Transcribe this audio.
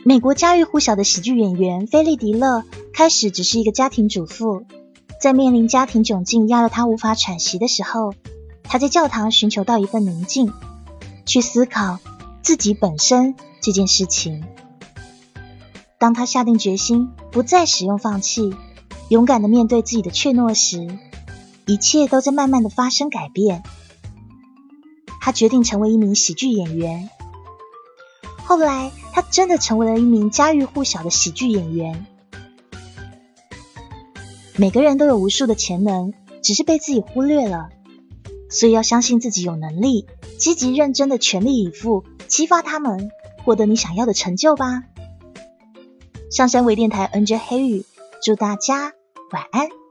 美国家喻户晓的喜剧演员菲利迪勒开始只是一个家庭主妇，在面临家庭窘境压得他无法喘息的时候，他在教堂寻求到一份宁静，去思考自己本身这件事情。当他下定决心不再使用放弃，勇敢地面对自己的怯懦时，一切都在慢慢地发生改变。他决定成为一名喜剧演员。后来他真的成为了一名家喻户晓的喜剧演员。每个人都有无数的潜能，只是被自己忽略了，所以要相信自己有能力，积极认真的全力以赴，激发他们，获得你想要的成就吧。上山微电台 NJ 黑羽，祝大家晚安。